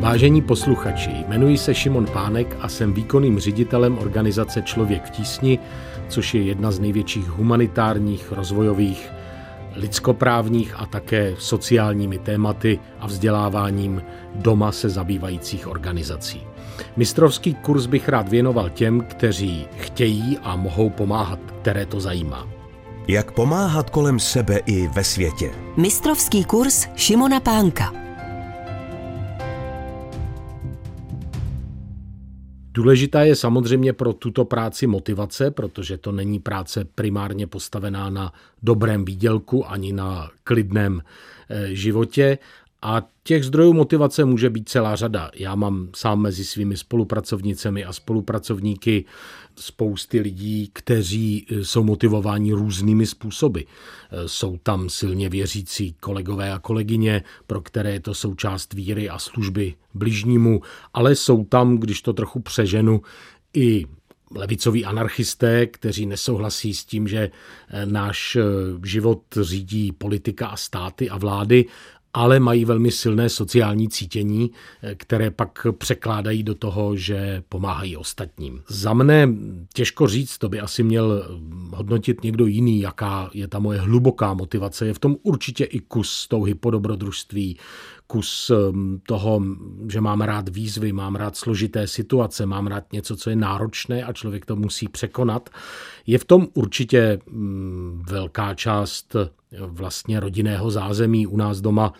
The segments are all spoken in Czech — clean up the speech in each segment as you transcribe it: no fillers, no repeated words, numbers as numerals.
Vážení posluchači, jmenuji se Šimon Pánek a jsem výkonným ředitelem organizace Člověk v tísni, což je jedna z největších humanitárních, rozvojových, lidskoprávních a také sociálními tématy a vzděláváním doma se zabývajících organizací. Mistrovský kurz bych rád věnoval těm, kteří chtějí a mohou pomáhat, které to zajímá. Jak pomáhat kolem sebe i ve světě. Mistrovský kurz Šimona Pánka. Důležitá je samozřejmě pro tuto práci motivace, protože to není práce primárně postavená na dobrém výdělku ani na klidném životě. A těch zdrojů motivace může být celá řada. Já mám sám mezi svými spolupracovnicemi a spolupracovníky spousty lidí, kteří jsou motivováni různými způsoby. Jsou tam silně věřící kolegové a kolegyně, pro které je to součást víry a služby bližnímu, ale jsou tam, když to trochu přeženu, i levicoví anarchisté, kteří nesouhlasí s tím, že náš život řídí politika a státy a vlády, ale mají velmi silné sociální cítění, které pak překládají do toho, že pomáhají ostatním. Za mne těžko říct, to by asi měl hodnotit někdo jiný, jaká je ta moje hluboká motivace. Je v tom určitě i kus touhy po dobrodružství, kus toho, že mám rád výzvy, mám rád složité situace, mám rád něco, co je náročné a člověk to musí překonat. Je v tom určitě velká část vlastně rodinného zázemí. U nás doma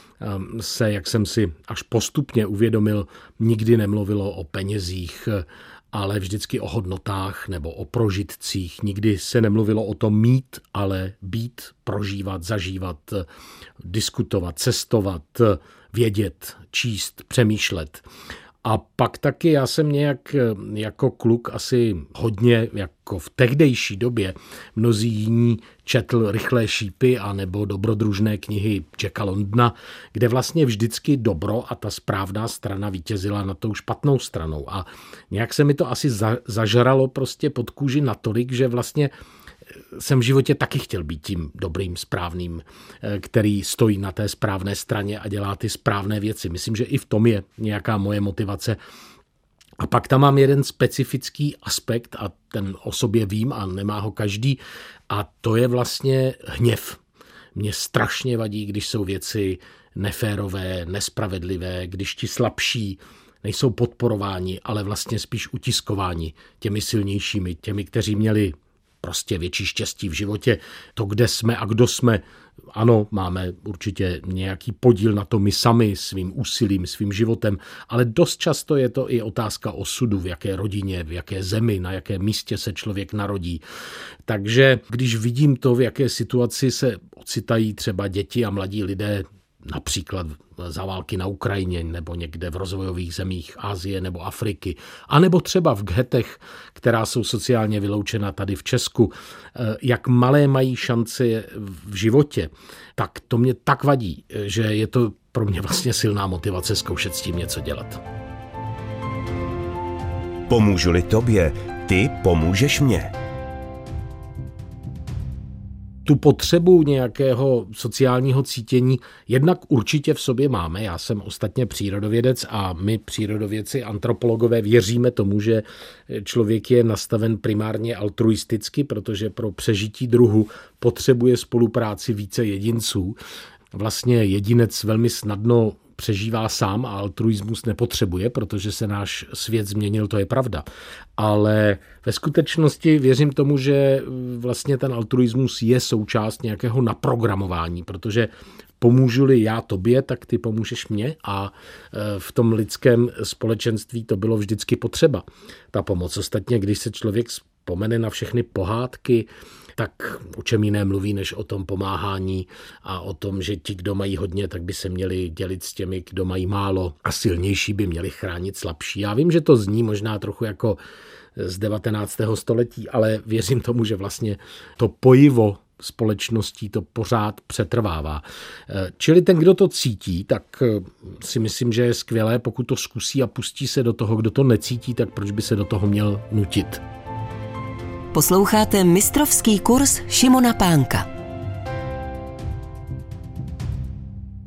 se, jak jsem si až postupně uvědomil, nikdy nemluvilo o penězích, ale vždycky o hodnotách nebo o prožitcích. Nikdy se nemluvilo o tom mít, ale být, prožívat, zažívat, diskutovat, cestovat, vědět, číst, přemýšlet. A pak taky já jsem nějak jako kluk asi hodně, jako v tehdejší době, mnozí jiní četl Rychlé šípy a nebo dobrodružné knihy Jacka Londona, kde vlastně vždycky dobro a ta správná strana vítězila nad tou špatnou stranou. A nějak se mi to asi zažralo prostě pod kůži natolik, že vlastně jsem v životě taky chtěl být tím dobrým, správným, který stojí na té správné straně a dělá ty správné věci. Myslím, že i v tom je nějaká moje motivace. A pak tam mám jeden specifický aspekt a ten o sobě vím a nemá ho každý a to je vlastně hněv. Mně strašně vadí, když jsou věci neférové, nespravedlivé, když ti slabší nejsou podporováni, ale vlastně spíš utiskováni těmi silnějšími, těmi, kteří měli prostě větší štěstí v životě. To, kde jsme a kdo jsme, ano, máme určitě nějaký podíl na to my sami, svým úsilím, svým životem, ale dost často je to i otázka osudu, v jaké rodině, v jaké zemi, na jakém místě se člověk narodí. Takže když vidím to, v jaké situaci se ocitají třeba děti a mladí lidé, například za války na Ukrajině nebo někde v rozvojových zemích Asie nebo Afriky, anebo třeba v ghetech, která jsou sociálně vyloučena tady v Česku, jak malé mají šance v životě, tak to mě tak vadí, že je to pro mě vlastně silná motivace zkoušet s tím něco dělat. Pomůžu-li tobě, ty pomůžeš mně. Tu potřebu nějakého sociálního cítění jednak určitě v sobě máme. Já jsem ostatně přírodovědec a my přírodovědci, antropologové věříme tomu, že člověk je nastaven primárně altruisticky, protože pro přežití druhu potřebuje spolupráci více jedinců. Vlastně jedinec velmi snadno přežívá sám a altruismus nepotřebuje, protože se náš svět změnil, to je pravda. Ale ve skutečnosti věřím tomu, že vlastně ten altruismus je součást nějakého naprogramování, protože pomůžu-li já tobě, tak ty pomůžeš mně a v tom lidském společenství to bylo vždycky potřeba. Ta pomoc. Ostatně, když se člověk vzpomene na všechny pohádky, tak o čem jiné mluví, než o tom pomáhání a o tom, že ti, kdo mají hodně, tak by se měli dělit s těmi, kdo mají málo a silnější by měli chránit slabší. Já vím, že to zní možná trochu jako z 19. století, ale věřím tomu, že vlastně to pojivo společností to pořád přetrvává. Čili ten, kdo to cítí, tak si myslím, že je skvělé, pokud to zkusí a pustí se do toho. Kdo to necítí, tak proč by se do toho měl nutit? Posloucháte mistrovský kurz Šimona Pánka.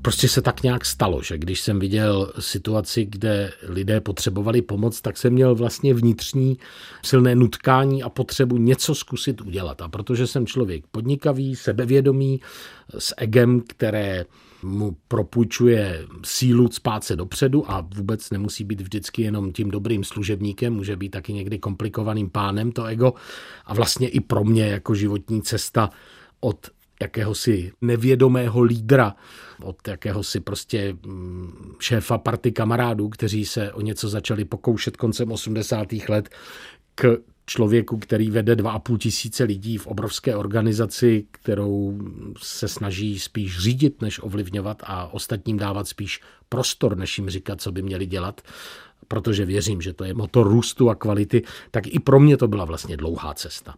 prostě se tak nějak stalo, že když jsem viděl situaci, kde lidé potřebovali pomoc, tak jsem měl vlastně vnitřní silné nutkání a potřebu něco zkusit udělat. A protože jsem člověk podnikavý, sebevědomý, s egem, které mu propůjčuje sílu cpát se dopředu a vůbec nemusí být vždycky jenom tím dobrým služebníkem, může být taky někdy komplikovaným pánem to ego. A vlastně i pro mě jako životní cesta od jakéhosi nevědomého lídra, od jakéhosi prostě šéfa party kamarádů, kteří se o něco začali pokoušet koncem 80. let, k člověku, který vede 2,5 tisíce lidí v obrovské organizaci, kterou se snaží spíš řídit, než ovlivňovat a ostatním dávat spíš prostor, než jim říkat, co by měli dělat, protože věřím, že to je motor růstu a kvality, tak i pro mě to byla vlastně dlouhá cesta.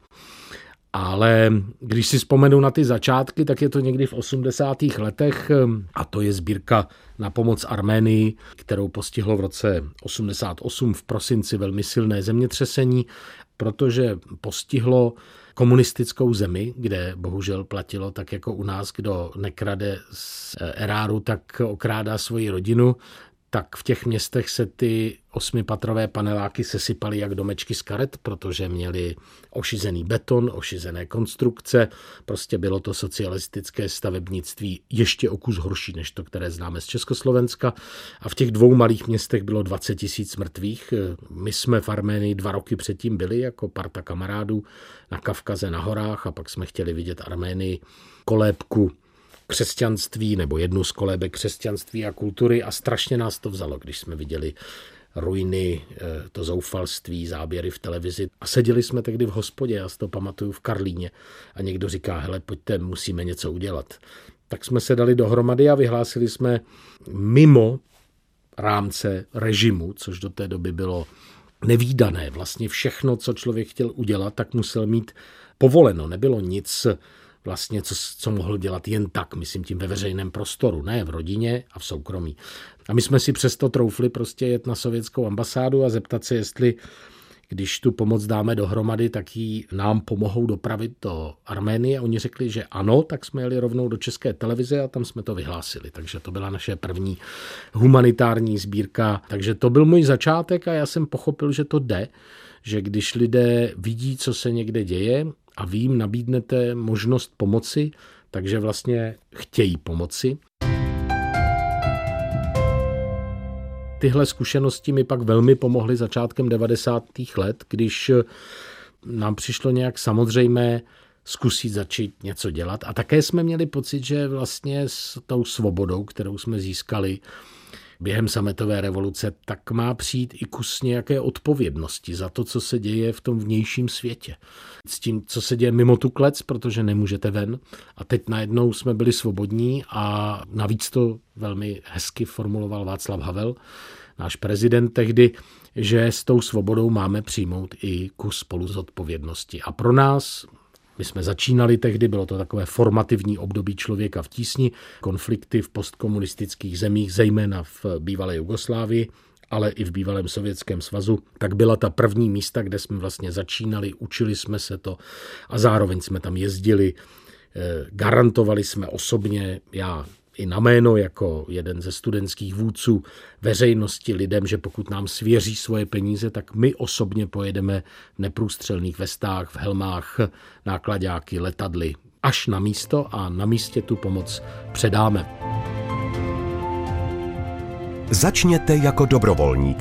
Ale když si vzpomenu na ty začátky, tak je to někdy v 80. letech a to je sbírka na pomoc Arménii, kterou postihlo v roce 88 v prosinci velmi silné zemětřesení, protože postihlo komunistickou zemi, kde bohužel platilo tak jako u nás, kdo nekrade z eráru, tak okrádá svoji rodinu. Tak v těch městech se ty 8patrové paneláky sesypaly jak domečky z karet, protože měli ošizený beton, ošizené konstrukce. Prostě bylo to socialistické stavebnictví ještě o kus horší, než to, které známe z Československa. A v těch 2 malých městech bylo 20 000 mrtvých. My jsme v Arménii 2 roky předtím byli jako parta kamarádů na Kavkaze na horách a pak jsme chtěli vidět Arménii kolébku křesťanství nebo jednu z kolébek křesťanství a kultury a strašně nás to vzalo, když jsme viděli ruiny, to zoufalství, záběry v televizi a seděli jsme tehdy v hospodě, já si to pamatuju v Karlíně a někdo říká, hele, pojďte, musíme něco udělat. Tak jsme se dali dohromady a vyhlásili jsme mimo rámce režimu, což do té doby bylo nevídané. Vlastně všechno, co člověk chtěl udělat, tak musel mít povoleno. Nebylo nic vlastně, co mohl dělat jen tak, myslím tím ve veřejném prostoru, ne v rodině a v soukromí. A my jsme si přesto troufli prostě jet na sovětskou ambasádu a zeptat se, jestli když tu pomoc dáme dohromady, tak ji nám pomohou dopravit do Arménie. Oni řekli, že ano, tak jsme jeli rovnou do České televize a tam jsme to vyhlásili. Takže to byla naše první humanitární sbírka. Takže to byl můj začátek a já jsem pochopil, že to jde, že když lidé vidí, co se někde děje a vy jim nabídnete možnost pomoci, takže vlastně chtějí pomoci. Tyhle zkušenosti mi pak velmi pomohly začátkem 90. let, když nám přišlo nějak samozřejmé zkusit začít něco dělat. A také jsme měli pocit, že vlastně s tou svobodou, kterou jsme získali během sametové revoluce, tak má přijít i kus nějaké odpovědnosti za to, co se děje v tom vnějším světě. S tím, co se děje mimo tu klec, protože nemůžete ven. A teď najednou jsme byli svobodní a navíc to velmi hezky formuloval Václav Havel, náš prezident tehdy, že s tou svobodou máme přijmout i kus spoluzodpovědnosti. A pro nás, my jsme začínali tehdy, bylo to takové formativní období člověka v tísni, konflikty v postkomunistických zemích, zejména v bývalé Jugoslávii, ale i v bývalém Sovětském svazu, tak byla ta první místa, kde jsme vlastně začínali, učili jsme se to a zároveň jsme tam jezdili, garantovali jsme osobně, já i na jméno jako jeden ze studentských vůdců veřejnosti lidem, že pokud nám svěří svoje peníze, tak my osobně pojedeme v neprůstřelných vestách, v helmách, náklaďáky, letadly až na místo a na místě tu pomoc předáme. Začněte jako dobrovolník.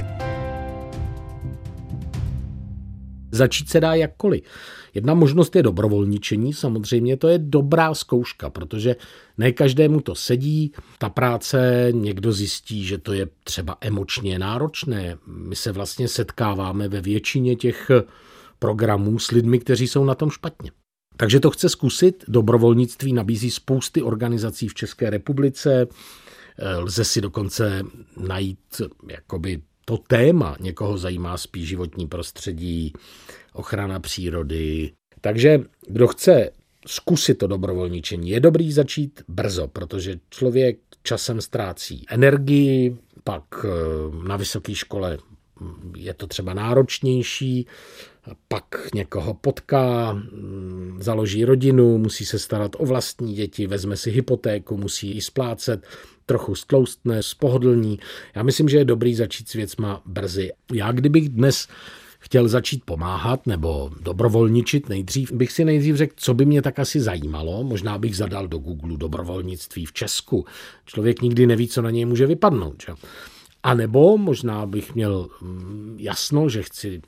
Začít se dá jakkoliv. Jedna možnost je dobrovolničení, samozřejmě to je dobrá zkouška, protože ne každému to sedí. Ta práce někdo zjistí, že to je třeba emočně náročné. My se vlastně setkáváme ve většině těch programů s lidmi, kteří jsou na tom špatně. Takže to chce zkusit. Dobrovolnictví nabízí spousty organizací v České republice. Lze si dokonce najít jakoby to téma, někoho zajímá spíš životní prostředí, ochrana přírody. Takže kdo chce zkusit to dobrovolničení, je dobrý začít brzo, protože člověk časem ztrácí energii, pak na vysoké škole je to třeba náročnější, pak někoho potká, založí rodinu, musí se starat o vlastní děti, vezme si hypotéku, musí ji splácet, trochu stloustne, spohodlní. Já myslím, že je dobrý začít s věcma brzy. Já kdybych dnes chtěl začít pomáhat nebo dobrovolničit nejdřív, bych si nejdřív řekl, co by mě tak asi zajímalo. Možná bych zadal do Google dobrovolnictví v Česku. Člověk nikdy neví, co na něj může vypadnout. Že? A nebo možná bych měl jasno, že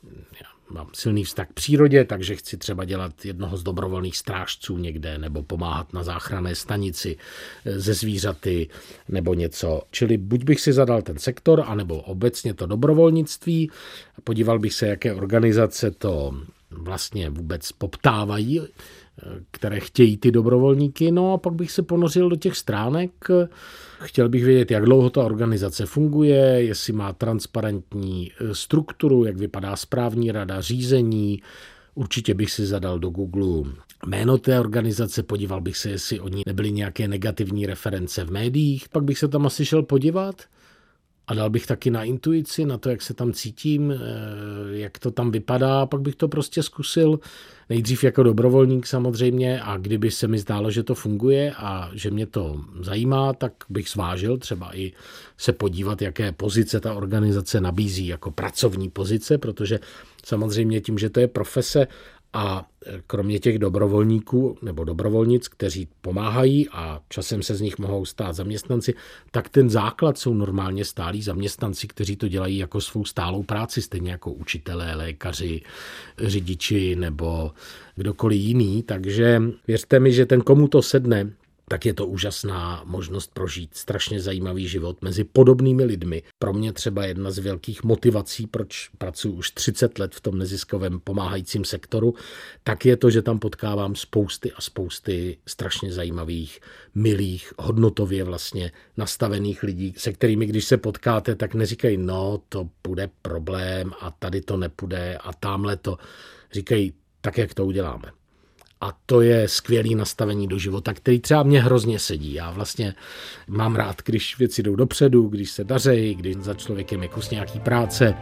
mám silný vztah k přírodě, takže chci třeba dělat jednoho z dobrovolných strážců někde, nebo pomáhat na záchranné stanici ze zvířaty, nebo něco. Čili buď bych si zadal ten sektor, anebo obecně to dobrovolnictví, podíval bych se, jaké organizace to vlastně vůbec poptávají, které chtějí ty dobrovolníky, no a pak bych se ponořil do těch stránek. Chtěl bych vědět, jak dlouho ta organizace funguje, jestli má transparentní strukturu, jak vypadá správní rada, řízení. Určitě bych si zadal do Google jméno té organizace, podíval bych se, jestli od ní nebyly nějaké negativní reference v médiích, pak bych se tam asi šel podívat a dal bych taky na intuici, na to, jak se tam cítím, jak to tam vypadá, pak bych to prostě zkusil nejdřív jako dobrovolník samozřejmě a kdyby se mi zdálo, že to funguje a že mě to zajímá, tak bych zvážil třeba i se podívat, jaké pozice ta organizace nabízí jako pracovní pozice, protože samozřejmě tím, že to je profese a kromě těch dobrovolníků nebo dobrovolnic, kteří pomáhají a časem se z nich mohou stát zaměstnanci, tak ten základ jsou normálně stálí zaměstnanci, kteří to dělají jako svou stálou práci, stejně jako učitelé, lékaři, řidiči nebo kdokoliv jiný. Takže věřte mi, že ten, komu to sedne, tak je to úžasná možnost prožít strašně zajímavý život mezi podobnými lidmi. Pro mě třeba jedna z velkých motivací, proč pracuji už 30 let v tom neziskovém pomáhajícím sektoru, tak je to, že tam potkávám spousty a spousty strašně zajímavých, milých, hodnotově vlastně nastavených lidí, se kterými, když se potkáte, tak neříkají, no to bude problém a tady to nepůjde a tamhle to. Říkají, tak jak to uděláme. A to je skvělý nastavení do života, který třeba mě hrozně sedí. Já vlastně mám rád, když věci jdou dopředu, když se daří, když za člověkem je kus nějaký práce.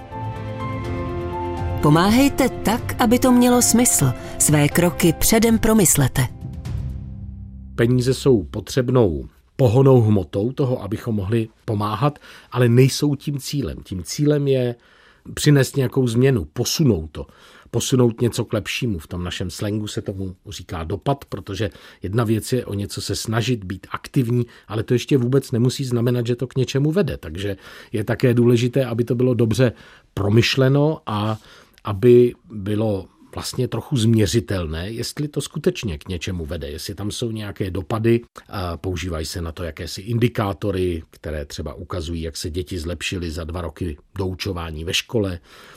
Pomáhejte tak, aby to mělo smysl. Své kroky předem promyslete. Peníze jsou potřebnou pohonnou hmotou toho, abychom mohli pomáhat, ale nejsou tím cílem. Tím cílem je přinést nějakou změnu, posunout něco k lepšímu. V tom našem slangu se tomu říká dopad, protože jedna věc je o něco se snažit, být aktivní, ale to ještě vůbec nemusí znamenat, že to k něčemu vede. Takže je také důležité, aby to bylo dobře promyšleno a aby bylo vlastně trochu změřitelné, jestli to skutečně k něčemu vede, jestli tam jsou nějaké dopady, používají se na to jakési indikátory, které třeba ukazují, jak se děti zlepšily za 2 roky doučování ve škole.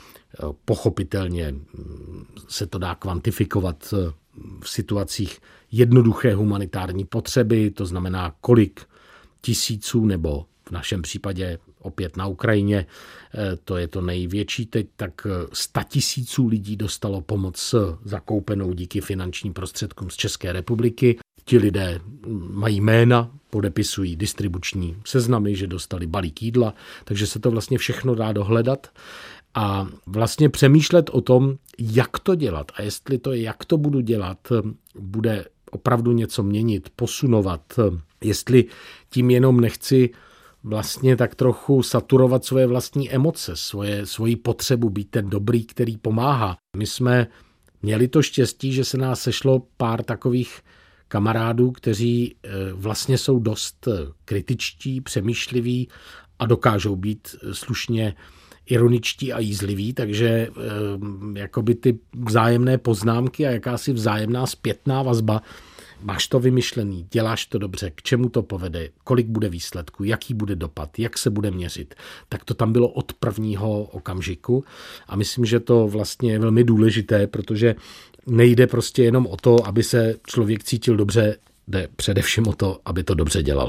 Pochopitelně se to dá kvantifikovat v situacích jednoduché humanitární potřeby, to znamená, kolik tisíců nebo v našem případě opět na Ukrajině, to je to největší teď, tak 100 000 lidí dostalo pomoc zakoupenou díky finančním prostředkům z České republiky. Ti lidé mají jména, podepisují distribuční seznamy, že dostali balík jídla, takže se to vlastně všechno dá dohledat a vlastně přemýšlet o tom, jak to dělat a jestli to, jak to budu dělat, bude opravdu něco měnit, posunovat, jestli tím jenom nechci vlastně tak trochu saturovat svoje vlastní emoce, svoji potřebu být ten dobrý, který pomáhá. My jsme měli to štěstí, že se nás sešlo pár takových kamarádů, kteří vlastně jsou dost kritičtí, přemýšliví a dokážou být slušně ironičtí a jízliví, takže jakoby ty vzájemné poznámky a jakási vzájemná zpětná vazba. Máš to vymyšlený, děláš to dobře, k čemu to povede, kolik bude výsledku, jaký bude dopad, jak se bude měřit. Tak to tam bylo od prvního okamžiku a myslím, že to vlastně je velmi důležité, protože nejde prostě jenom o to, aby se člověk cítil dobře, jde především o to, aby to dobře dělal.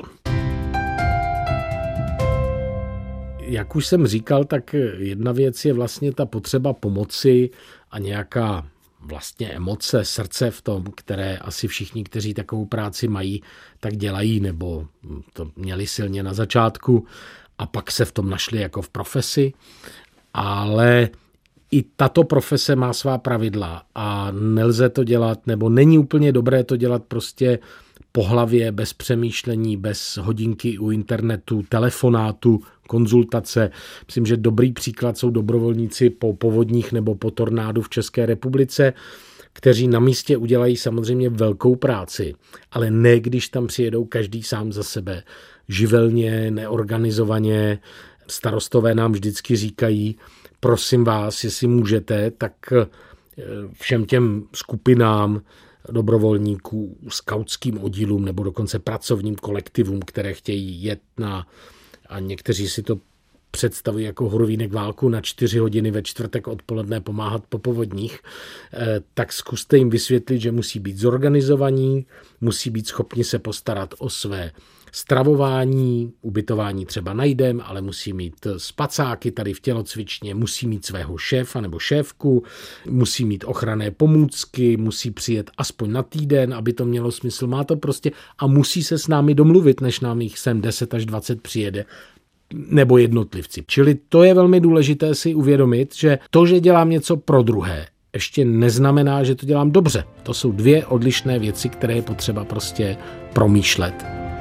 Jak už jsem říkal, tak jedna věc je vlastně ta potřeba pomoci a nějaká vlastně emoce, srdce v tom, které asi všichni, kteří takovou práci mají, tak dělají, nebo to měli silně na začátku a pak se v tom našli jako v profesi. Ale i tato profese má svá pravidla a nelze to dělat, nebo není úplně dobré to dělat prostě po hlavě, bez přemýšlení, bez hodinky u internetu, telefonátu, konzultace. Myslím, že dobrý příklad jsou dobrovolníci po povodních nebo po tornádu v České republice, kteří na místě udělají samozřejmě velkou práci, ale ne když tam přijedou každý sám za sebe. Živelně, neorganizovaně. Starostové nám vždycky říkají, prosím vás, jestli můžete, tak všem těm skupinám dobrovolníků, skautským oddílům nebo dokonce pracovním kolektivům, které chtějí jet a někteří si to představují jako Horovínek válku na 4 hodiny ve čtvrtek odpoledne pomáhat po povodních, tak zkuste jim vysvětlit, že musí být zorganizovaní, musí být schopni se postarat o své stravování, ubytování třeba najdem, ale musí mít spacáky tady v tělocvičně, musí mít svého šéfa nebo šéfku, musí mít ochranné pomůcky, musí přijet aspoň na týden, aby to mělo smysl. Má to prostě a musí se s námi domluvit, než nám jich sem 10 až 20 přijede, nebo jednotlivci. Čili to je velmi důležité si uvědomit, že to, že dělám něco pro druhé, ještě neznamená, že to dělám dobře. To jsou 2 odlišné věci, které je potřeba prostě promýšlet.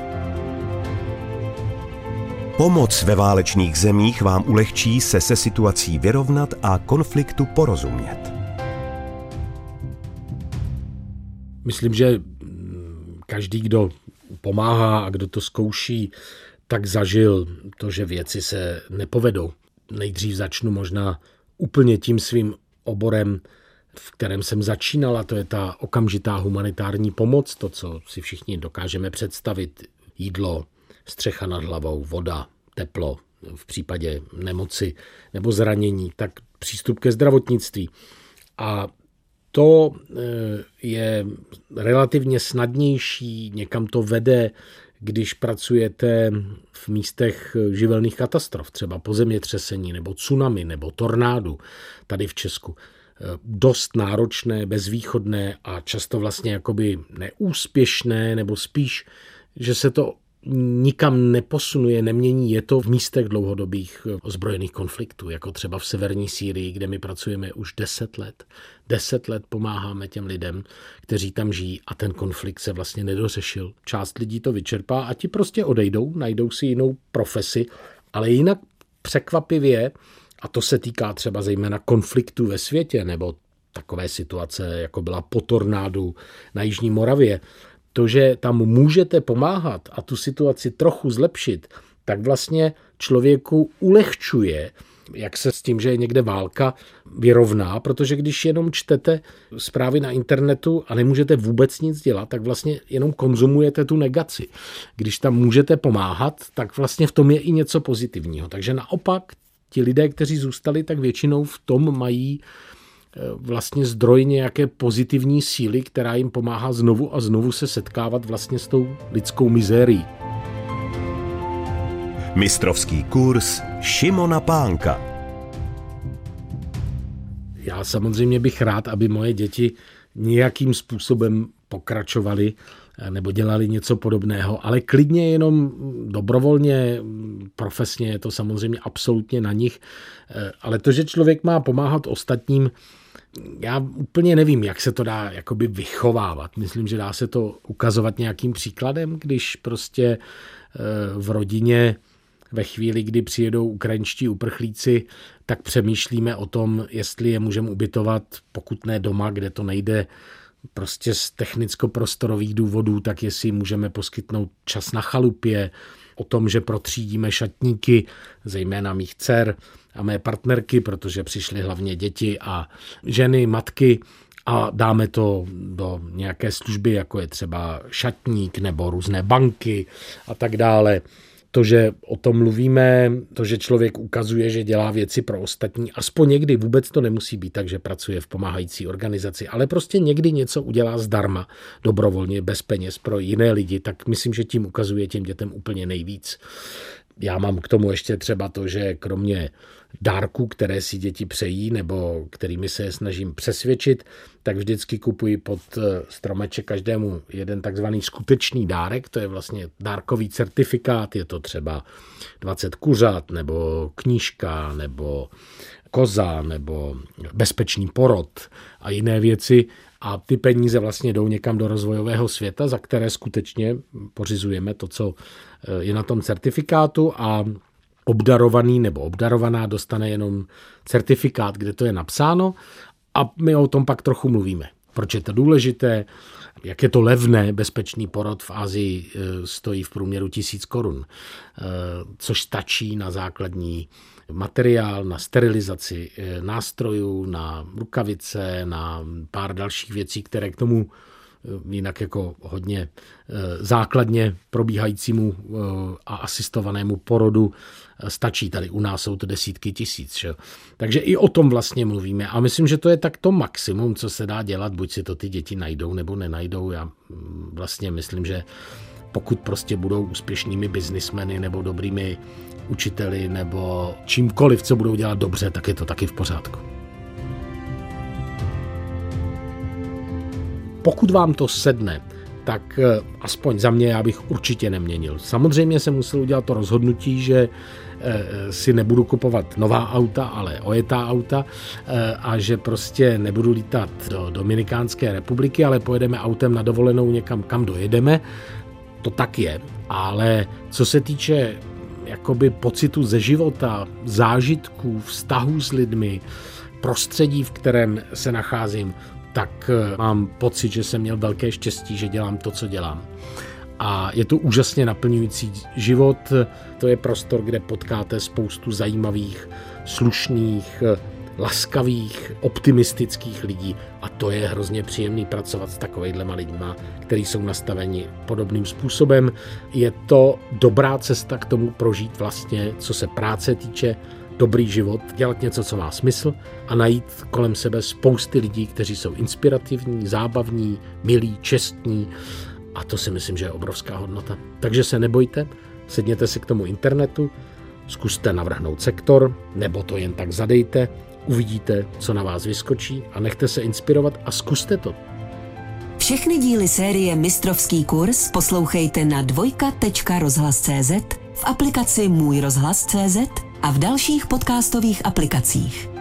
Pomoc ve válečných zemích vám ulehčí se situací vyrovnat a konfliktu porozumět. Myslím, že každý, kdo pomáhá a kdo to zkouší, tak zažil to, že věci se nepovedou. Nejdřív začnu možná úplně tím svým oborem, v kterém jsem začínala, to je ta okamžitá humanitární pomoc, to, co si všichni dokážeme představit, jídlo, střecha nad hlavou, voda, teplo, v případě nemoci nebo zranění, tak přístup ke zdravotnictví. A to je relativně snadnější, někam to vede, když pracujete v místech živelných katastrof, třeba po zemětřesení nebo tsunami nebo tornádu tady v Česku. Dost náročné, bezvýchodné a často vlastně jakoby neúspěšné, nebo spíš, že se to nikam neposunuje, nemění. Je to v místech dlouhodobých ozbrojených konfliktů, jako třeba v severní Sýrii, kde my pracujeme už 10 let. 10 let pomáháme těm lidem, kteří tam žijí a ten konflikt se vlastně nedořešil. Část lidí to vyčerpá a ti prostě odejdou, najdou si jinou profesi, ale jinak překvapivě, a to se týká třeba zejména konfliktů ve světě, nebo takové situace, jako byla po tornádu na Jižní Moravě, to, že tam můžete pomáhat a tu situaci trochu zlepšit, tak vlastně člověku ulehčuje, jak se s tím, že je někde válka, vyrovná, protože když jenom čtete zprávy na internetu a nemůžete vůbec nic dělat, tak vlastně jenom konzumujete tu negaci. Když tam můžete pomáhat, tak vlastně v tom je i něco pozitivního. Takže naopak ti lidé, kteří zůstali, tak většinou v tom mají vlastně zdroj nějaké pozitivní síly, která jim pomáhá znovu a znovu se setkávat vlastně s tou lidskou mizérií. Mistrovský kurz Šimona Pánka. Já samozřejmě bych rád, aby moje děti nějakým způsobem pokračovaly nebo dělali něco podobného, ale klidně jenom dobrovolně, profesně je to samozřejmě absolutně na nich, ale to, že člověk má pomáhat ostatním, já úplně nevím, jak se to dá jakoby vychovávat. Myslím, že dá se to ukazovat nějakým příkladem, když prostě v rodině ve chvíli, kdy přijedou ukrajinští uprchlíci, tak přemýšlíme o tom, jestli je můžeme ubytovat, pokud ne doma, kde to nejde prostě z technicko-prostorových důvodů, tak jestli můžeme poskytnout čas na chalupě, o tom, že protřídíme šatníky, zejména mých dcer a mé partnerky, protože přišly hlavně děti a ženy, matky, a dáme to do nějaké služby, jako je třeba šatník nebo různé banky a tak dále. To, že o tom mluvíme, to, že člověk ukazuje, že dělá věci pro ostatní, aspoň někdy vůbec to nemusí být tak, že pracuje v pomáhající organizaci, ale prostě někdy něco udělá zdarma, dobrovolně, bez peněz pro jiné lidi, tak myslím, že tím ukazuje těm dětem úplně nejvíc. Já mám k tomu ještě třeba to, že kromě dárků, které si děti přejí nebo kterými se je snažím přesvědčit, tak vždycky kupuji pod stromeček každému jeden takzvaný skutečný dárek, to je vlastně dárkový certifikát, je to třeba 20 kuřat nebo knížka nebo koza nebo bezpečný porod a jiné věci. A ty peníze vlastně jdou někam do rozvojového světa, za které skutečně pořizujeme to, co je na tom certifikátu, a obdarovaný nebo obdarovaná dostane jenom certifikát, kde to je napsáno, a my o tom pak trochu mluvíme. Proč je to důležité, jak je to levné, bezpečný porod v Asii stojí v průměru 1000 korun, což stačí na základní materiál, na sterilizaci nástrojů, na rukavice, na pár dalších věcí, které k tomu jinak jako hodně základně probíhajícímu a asistovanému porodu stačí. Tady u nás jsou to desítky tisíc. Že? Takže i o tom vlastně mluvíme. A myslím, že to je tak to maximum, co se dá dělat, buď si to ty děti najdou nebo nenajdou. Já vlastně myslím, že pokud prostě budou úspěšnými biznismeny nebo dobrými učiteli nebo čímkoliv, co budou dělat dobře, tak je to taky v pořádku. Pokud vám to sedne, tak aspoň za mě já bych určitě neměnil. Samozřejmě jsem musel udělat to rozhodnutí, že si nebudu kupovat nová auta, ale ojetá auta, a že prostě nebudu lítat do Dominikánské republiky, ale pojedeme autem na dovolenou někam, kam dojedeme. To tak je, ale co se týče jakoby pocitu ze života, zážitků, vztahů s lidmi, prostředí, v kterém se nacházím, tak mám pocit, že jsem měl velké štěstí, že dělám to, co dělám. A je to úžasně naplňující život. To je prostor, kde potkáte spoustu zajímavých, slušných, laskavých, optimistických lidí. A to je hrozně příjemný pracovat s takovejhlema lidma, kteří jsou nastaveni podobným způsobem. Je to dobrá cesta k tomu prožít vlastně, co se práce týče, dobrý život, dělat něco, co má smysl, a najít kolem sebe spousty lidí, kteří jsou inspirativní, zábavní, milí, čestní, a to si myslím, že je obrovská hodnota. Takže se nebojte, sedněte si k tomu internetu, zkuste navrhnout sektor, nebo to jen tak zadejte, uvidíte, co na vás vyskočí, a nechte se inspirovat a zkuste to. Všechny díly série Mistrovský kurz poslouchejte na dvojka.rozhlas.cz, v aplikaci Můj rozhlas.cz a v dalších podcastových aplikacích.